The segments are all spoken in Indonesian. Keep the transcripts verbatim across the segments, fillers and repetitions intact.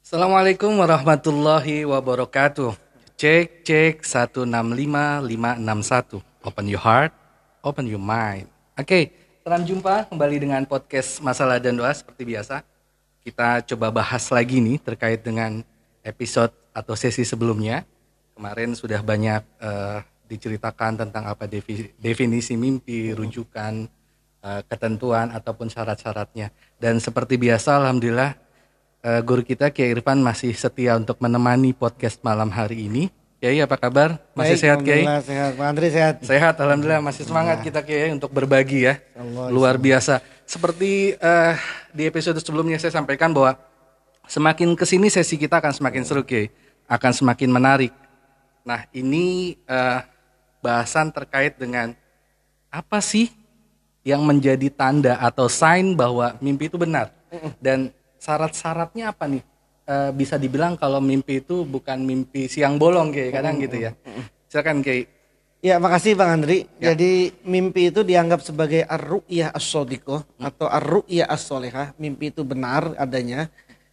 Assalamualaikum warahmatullahi wabarakatuh. Cek cek satu enam lima lima enam satu. Open your heart, open your mind. Oke, salam jumpa kembali dengan podcast Masalah dan Doa seperti biasa. Kita coba bahas lagi nih terkait dengan episode atau sesi sebelumnya. Kemarin sudah banyak uh, diceritakan tentang apa defi- definisi mimpi, rujukan, uh, ketentuan ataupun syarat-syaratnya. Dan seperti biasa, alhamdulillah uh, guru kita Kiai Irfan masih setia untuk menemani podcast malam hari ini. Kiai, apa kabar? Masih Baik, sehat, Kiai? Alhamdulillah sehat. Pak Andri sehat? Sehat, alhamdulillah. Masih semangat kita, Kiai, untuk berbagi ya. Allah, luar biasa. Seperti uh, di episode sebelumnya saya sampaikan bahwa semakin kesini sesi kita akan semakin seru, Kiai. Akan semakin menarik. Nah, ini uh, bahasan terkait dengan apa sih yang menjadi tanda atau sign bahwa mimpi itu benar. Dan syarat-syaratnya apa nih? Uh, bisa dibilang kalau mimpi itu bukan mimpi siang bolong, Kiai, kadang gitu ya. Silakan, Kiai. Ya, makasih Bang Andri. Ya. Jadi mimpi itu dianggap sebagai ar-ru'yah as-shadiqah hmm. atau ar-ru'yah as-sholihah. Mimpi itu benar adanya.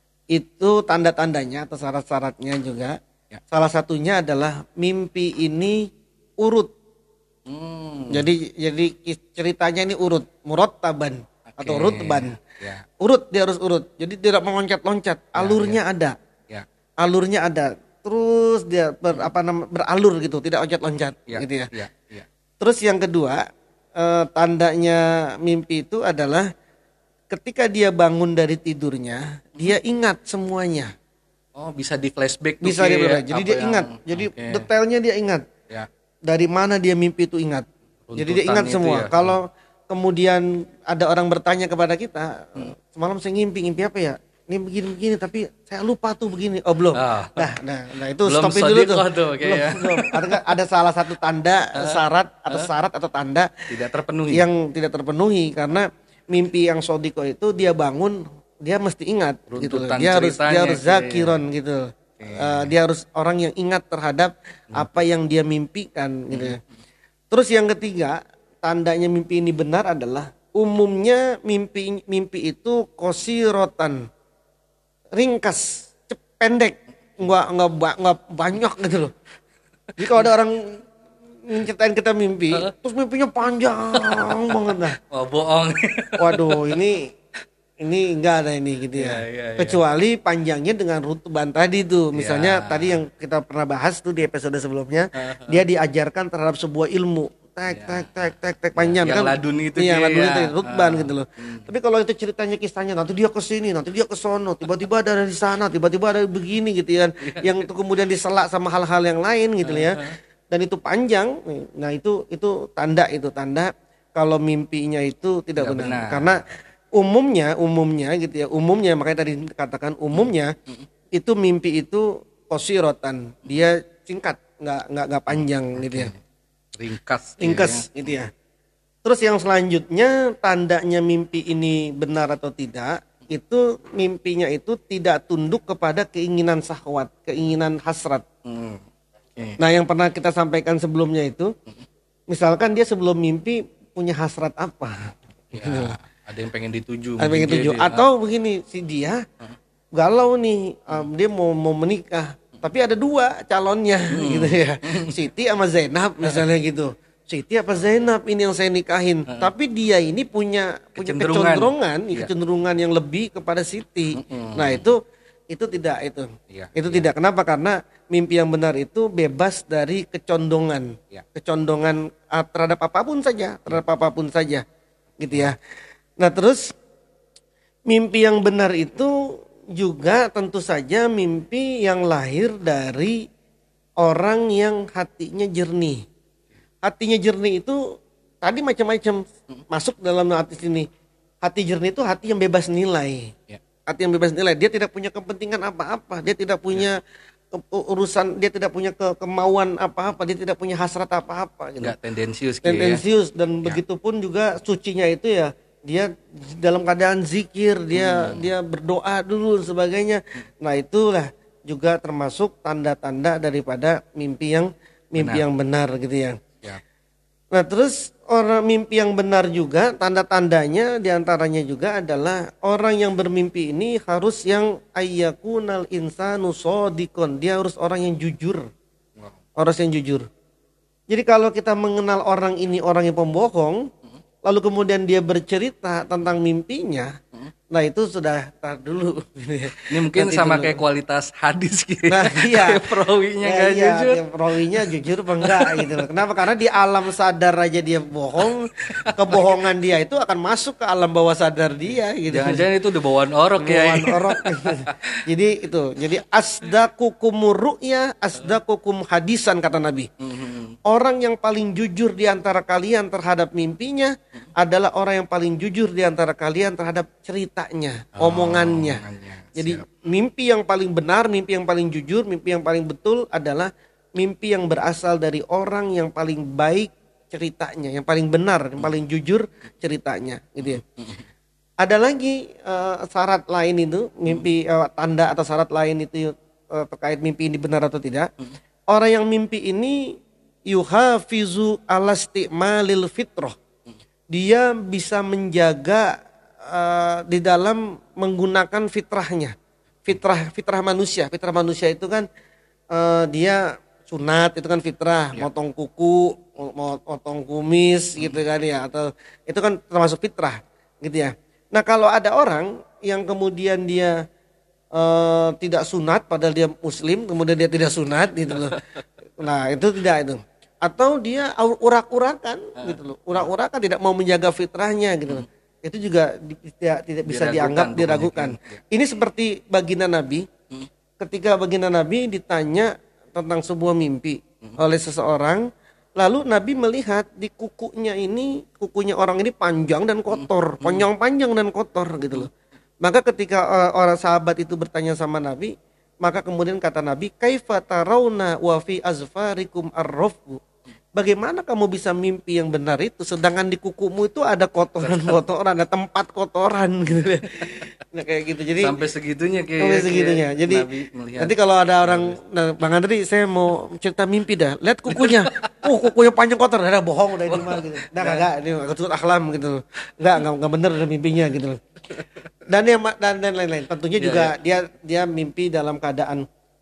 Itu tanda-tandanya atau syarat-syaratnya juga. Ya. Salah satunya adalah mimpi ini urut. Hmm. Jadi jadi ceritanya ini urut, murattaban okay. atau rutban. Ya. Urut, dia harus urut. Jadi tidak meloncat-loncat. Alurnya ya, ya. ada. Ya. Alurnya ada. Terus dia ber, apa nama, beralur gitu, tidak loncat-loncat ya, gitu ya. Ya, ya. Terus yang kedua, eh, tandanya mimpi itu adalah ketika dia bangun dari tidurnya, dia ingat semuanya. Oh, bisa di flashback. Bisa di ya, Jadi dia yang, ingat. Jadi okay. detailnya dia ingat. Ya. Dari mana dia mimpi itu ingat. Runtutan Jadi dia ingat semua. Ya. Kalau kemudian ada orang bertanya kepada kita, hmm. semalam saya ngimpi, ngimpi apa ya? Ini begini-begini tapi saya lupa tuh begini. Oh belum. Oh. Nah, nah, nah itu belum stopin dulu tuh. tuh belum, ya. belum. Ada, ada salah satu tanda syarat atau syarat atau tanda tidak terpenuhi. Yang tidak terpenuhi karena mimpi yang sodiko itu dia bangun dia mesti ingat gitu loh. Dia harus dia harus zakiron okay. gitu. Okay. Uh, dia harus orang yang ingat terhadap hmm. apa yang dia mimpikan gitu. Hmm. Terus yang ketiga, tandanya mimpi ini benar adalah umumnya mimpi mimpi itu qasirotan. Ringkas, cep, pendek, nggak nggak nggak banyak gitu loh. Jadi kalau ada orang menceritain kita mimpi, uh. terus mimpinya panjang banget nah. Oh bohong. Waduh, ini ini enggak ada ini gitu ya. Yeah, yeah, yeah. Kecuali panjangnya dengan rutban tadi tuh. Misalnya yeah. tadi yang kita pernah bahas tuh di episode sebelumnya, uh, uh. dia diajarkan terhadap sebuah ilmu. Tek, yeah. tek, tek, tek, tek, panjang yang kan. Ladun itu iya, ladun ya. itu, rutban uh. gitu loh. Hmm. Tapi kalau itu ceritanya kisahnya, nanti dia ke sini, nanti dia ke sono, tiba-tiba ada di sana, tiba-tiba ada begini gitu ya. Yang itu kemudian diselak sama hal-hal yang lain gitu uh, ya. Dan itu panjang. Nah, itu itu tanda itu tanda kalau mimpinya itu tidak, tidak benar. benar. Karena umumnya, umumnya gitu ya, umumnya makanya tadi katakan umumnya hmm. itu mimpi itu qasirotan. Dia singkat, enggak enggak enggak panjang okay. gitu ya. Ringkas ringkas ya. Gitu ya. Terus yang selanjutnya tandanya mimpi ini benar atau tidak, itu mimpinya itu tidak tunduk kepada keinginan syahwat, keinginan hasrat. Hmm. Okay. Nah, yang pernah kita sampaikan sebelumnya itu, misalkan dia sebelum mimpi punya hasrat apa? Ya, gitu. Ada yang pengen dituju. Ada yang pengen dituju. Atau begini, si dia galau nih, um, dia mau mau menikah. Tapi ada dua calonnya hmm. gitu ya. Siti sama Zainab misalnya gitu. Siti apa Zainab ini yang saya nikahin. Hmm. Tapi dia ini punya punya kecenderungan, kecenderungan, ya. kecenderungan yang lebih kepada Siti. Hmm. Nah, itu itu tidak itu. Ya. Itu ya. tidak. Kenapa? Karena mimpi yang benar itu bebas dari kecondongan. Ya. Kecondongan terhadap apapun saja, terhadap apapun saja. Gitu ya. Nah, terus mimpi yang benar itu juga tentu saja mimpi yang lahir dari orang yang hatinya jernih. Hatinya jernih itu tadi macam-macam masuk dalam hati sini. Hati jernih itu hati yang bebas nilai. Ya. Hati yang bebas nilai. Dia tidak punya kepentingan apa-apa. Dia tidak punya ya. urusan. Dia tidak punya ke kemauan apa-apa. Dia tidak punya hasrat apa-apa. Gitu. Enggak tendensius. Tendensius ya. Dan ya. begitupun juga sucinya itu ya. Dia dalam keadaan zikir, dia hmm. dia berdoa dulu dan sebagainya. Nah, itulah juga termasuk tanda-tanda daripada mimpi yang mimpi benar. yang benar gitu ya. ya. Nah, terus orang mimpi yang benar juga, tanda-tandanya diantaranya juga adalah orang yang bermimpi ini harus yang ayyakunal insanu shodiqon. Dia harus orang yang jujur. Orang yang jujur. Jadi kalau kita mengenal orang ini orang yang pembohong, lalu kemudian dia bercerita tentang mimpinya, nah itu sudah tar dulu. Ini mungkin Nanti sama dulu. kayak kualitas hadis gitu. Nah iya, Kayak perawinya ya, nggak iya, jujur. ya, perawinya jujur apa enggak gitu loh. Kenapa? Karena di alam sadar aja dia bohong, kebohongan dia itu akan masuk ke alam bawah sadar dia gitu. Jangan-jangan itu udah bawaan orok ya. Bawaan orok. Jadi itu, jadi asdaqukum ru'ya, asdaqukum hadisan kata Nabi. Orang yang paling jujur di antara kalian terhadap mimpinya adalah orang yang paling jujur di antara kalian terhadap ceritanya, Oh, omongannya. omongannya. Jadi Siap. mimpi yang paling benar, mimpi yang paling jujur, mimpi yang paling betul adalah mimpi yang berasal dari orang yang paling baik ceritanya, yang paling benar, yang paling jujur ceritanya, gitu ya. Ada lagi uh, syarat lain itu, mimpi uh, tanda atau syarat lain itu uh, terkait mimpi ini benar atau tidak. Orang yang mimpi ini yuhafizu alastimalil fitrah. Dia bisa menjaga uh, di dalam menggunakan fitrahnya. Fitrah fitrah manusia. Fitrah manusia itu kan uh, dia sunat, itu kan fitrah, Ya. motong kuku, motong kumis gitu kan ya, atau itu kan termasuk fitrah gitu ya. Nah, kalau ada orang yang kemudian dia uh, tidak sunat padahal dia muslim, kemudian dia tidak sunat gitu loh. Nah, itu tidak itu. Atau dia urak-urakan gitu loh. Urak-urakan tidak mau menjaga fitrahnya gitu loh. Itu juga di- tidak tidak bisa Diragukan dianggap pokoknya diragukan. kan. Ini seperti baginda Nabi. Ketika baginda Nabi ditanya tentang sebuah mimpi oleh seseorang, lalu Nabi melihat di kukunya ini, kukunya orang ini panjang dan kotor, panjang-panjang dan kotor gitu loh. Maka ketika uh, orang sahabat itu bertanya sama Nabi, maka kemudian kata Nabi, kaifa tarawna wa fi azfarikum arrafu. Bagaimana kamu bisa mimpi yang benar itu sedangkan di kukumu itu ada kotoran-kotoran, ada tempat kotoran gitu. Nah, kayak gitu. Jadi Sampai segitunya kayak. sampai segitunya. kayak Jadi Nabi melihat. nanti kalau ada orang, nah, Bang Andri, saya mau cerita mimpi dah. Lihat kukunya. Oh, kukunya panjang kotor, ada bohong udah ini mah gitu. Nah, kagak, ini kecut akhlam gitu. Enggak, enggak, enggak bener ada mimpinya gitu. Dan yang dan dan lain-lain. Tentunya Ya, juga dia dia mimpi dalam keadaan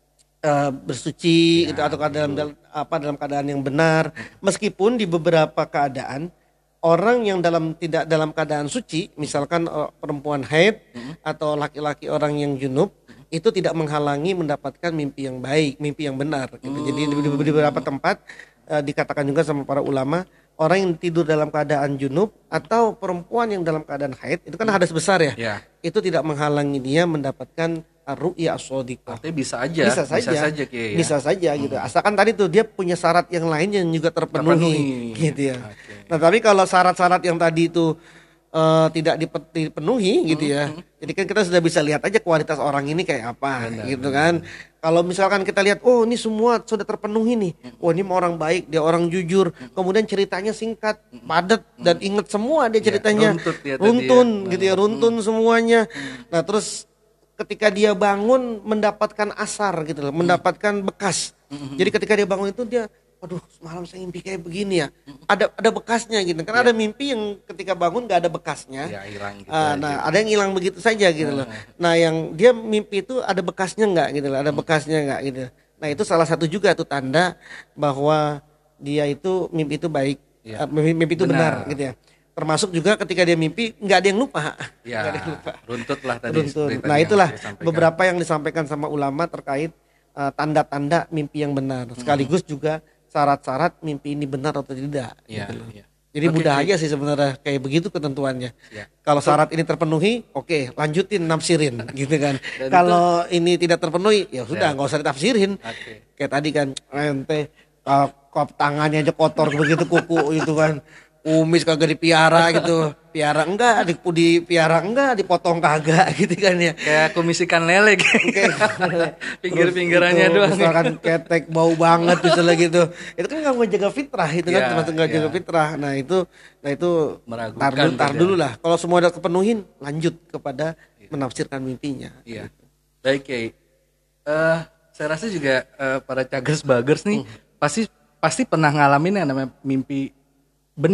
eh, bersuci Ya, gitu atau dalam, dalam apa dalam keadaan yang benar. Meskipun di beberapa keadaan orang yang dalam tidak dalam keadaan suci, misalkan eh, perempuan haid atau laki-laki orang yang junub, itu tidak menghalangi mendapatkan mimpi yang baik, mimpi yang benar gitu. Jadi di, di beberapa tempat eh, dikatakan juga sama para ulama, orang yang tidur dalam keadaan junub atau perempuan yang dalam keadaan haid, itu kan hadas besar ya. Ya. Itu tidak menghalangi dia mendapatkan ar-ru'ya as-shadiqah. Artinya bisa aja. Bisa saja, Bisa saja kayak ya. bisa saja gitu. Asalkan tadi tuh dia punya syarat yang lain yang juga terpenuhi, Terpenuhi. gitu ya. Oke. Nah, tapi kalau syarat-syarat yang tadi itu eh, tidak dipe- dipenuhi gitu ya. Jadi kan kita sudah bisa lihat aja kualitas orang ini kayak apa, gitu kan. Kalau misalkan kita lihat, oh ini semua sudah terpenuhi nih. Oh ini orang baik, dia orang jujur. Kemudian ceritanya singkat, padat dan inget semua dia ceritanya. runtut dia tadi runtun ya. gitu ya, runtun semuanya. Nah, terus ketika dia bangun mendapatkan asar gitu loh, mendapatkan bekas. Jadi ketika dia bangun itu dia, waduh semalam saya mimpi kayak begini ya. Ada ada bekasnya gitu. Kan ada mimpi yang ketika bangun gak ada bekasnya. Ya hilang gitu. Ah, aja. nah ada yang hilang begitu saja gitu loh. Nah yang dia mimpi itu ada bekasnya nggak gitu loh, ada bekasnya nggak gitu. Nah itu salah satu juga tuh tanda bahwa dia itu mimpi itu baik, Ya. Ah, mimpi, mimpi itu benar. Benar. Gitu ya. Termasuk juga ketika dia mimpi nggak ada yang lupa. Ya, Nggak ada yang lupa. runtut lah tadi. Runtun. seperti Nah tadi itulah yang saya sampaikan. beberapa yang disampaikan sama ulama terkait uh, tanda-tanda mimpi yang benar. Sekaligus juga syarat-syarat mimpi ini benar atau tidak. Ya, gitu loh. ya. Jadi Oke, mudah Ki. aja sih sebenarnya kayak begitu ketentuannya. Ya. Kalau syarat ini terpenuhi, oke lanjutin nafsirin gitu kan. Dan Kalau ini tidak terpenuhi, ya sudah Ya. nggak usah ditafsirin. Oke. Kayak tadi kan ente uh, kop tangannya aja kotor begitu kuku itu kan. Kumis kagak dipiara gitu. Piara enggak, di, dipiara enggak, dipotong kagak gitu kan ya. Kayak komisikan lele gitu. Pinggir-pinggirannya Terus itu, doang. misalkan ketek bau banget misalnya gitu. Itu kan nggak menjaga fitrah itu kan Ya, termasuk nggak ya. jaga fitrah. Nah itu, nah itu Meragukan tar dulu, tar tadi. dulu lah. Kalau semua udah kepenuhin, lanjut kepada menafsirkan mimpinya. Iya. Baik, Kiai. Eh, saya rasa juga eh, para cagers bagers nih pasti pasti pernah ngalamin yang namanya mimpi benar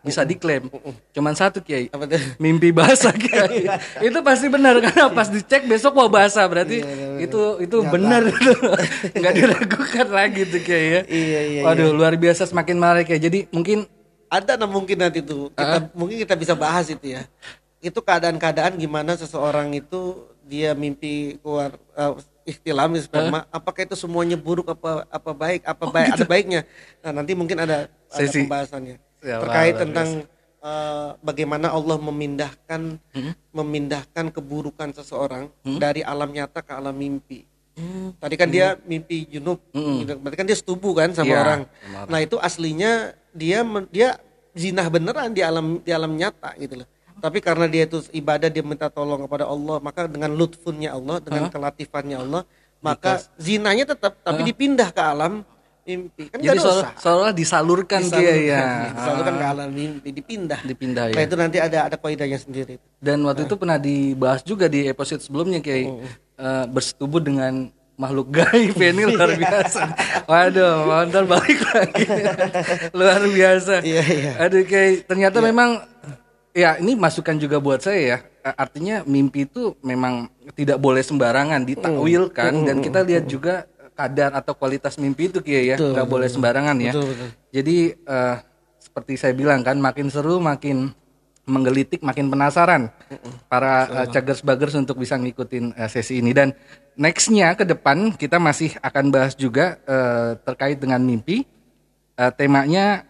bisa diklaim. Cuman satu Kiai, Apa tuh? mimpi basah Kiai. Itu pasti benar karena pas dicek besok wah basah berarti Iya, itu itu Nyata. benar itu. Nggak diragukan lagi tuh Kiai ya. Iya, iya, Waduh, luar biasa semakin menarik ya. Jadi mungkin Ada nah mungkin nanti tuh kita mungkin kita bisa bahas itu ya. Itu keadaan-keadaan gimana seseorang itu dia mimpi keluar uh, ihtilam sperma, apakah itu semuanya buruk apa apa baik, apa baik ada baiknya. Nah, nanti mungkin ada ada Sesi. pembahasannya Ya, terkait luar tentang uh, bagaimana Allah memindahkan memindahkan keburukan seseorang dari alam nyata ke alam mimpi. Tadi kan dia mimpi junub, gitu. Berarti kan dia setubuh kan sama Iya, orang. sama orang. Nah itu aslinya dia men- dia zinah beneran di alam di alam nyata gitu loh. Tapi karena dia itu ibadah, dia minta tolong kepada Allah, maka dengan lutfunnya Allah, dengan kelatifannya Allah, maka zinanya tetap tapi dipindah ke alam mimpi. Kan jadi nggak seolah, dosa. seolah disalurkan, Kiai ya. Disalurkan ke alam mimpi, dipindah. Dipindah Nah ya. itu nanti ada ada kaidahnya sendiri. Dan waktu itu pernah dibahas juga di episode sebelumnya Kiai, eh, bersetubuh dengan makhluk gaib ini luar biasa. Waduh, mantar balik lagi. Luar biasa. Iya, iya. Aduh Kiai, ternyata memang ya ini masukan juga buat saya ya. A- Artinya mimpi itu memang tidak boleh sembarangan ditakwilkan dan kita lihat juga kadar atau kualitas mimpi itu Kiai ya, Betul, nggak boleh sembarangan ya. Betul, betul. Jadi eh, seperti saya bilang kan, makin seru, makin menggelitik, makin penasaran para uh, Cagers-Bagers untuk bisa ngikutin uh, sesi ini. Dan nextnya ke depan kita masih akan bahas juga uh, terkait dengan mimpi. Uh, temanya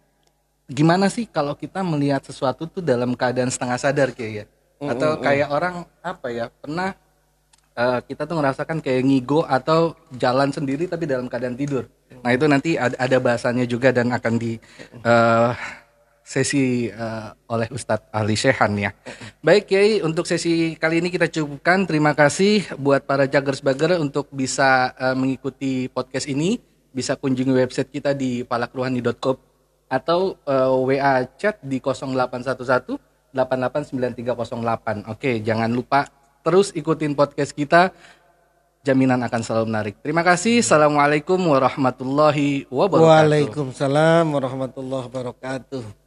gimana sih kalau kita melihat sesuatu tuh dalam keadaan setengah sadar Kiai ya? Atau kayak orang apa ya, pernah uh, kita tuh ngerasakan kayak ngigo atau jalan sendiri tapi dalam keadaan tidur. Nah itu nanti ada, ada bahasannya juga dan akan di uh, sesi uh, oleh Ustadz Ali Shehan ya. Baik Kiai, untuk sesi kali ini kita cukupkan. Terima kasih buat para Jagers-Bagers untuk bisa uh, mengikuti podcast ini. Bisa kunjungi website kita di falakruhani dot com atau uh, W A chat di nol delapan satu satu delapan delapan sembilan tiga nol delapan. Oke, jangan lupa terus ikutin podcast kita. Jaminan akan selalu menarik. Terima kasih. Assalamualaikum warahmatullahi wabarakatuh. Waalaikumsalam warahmatullahi wabarakatuh.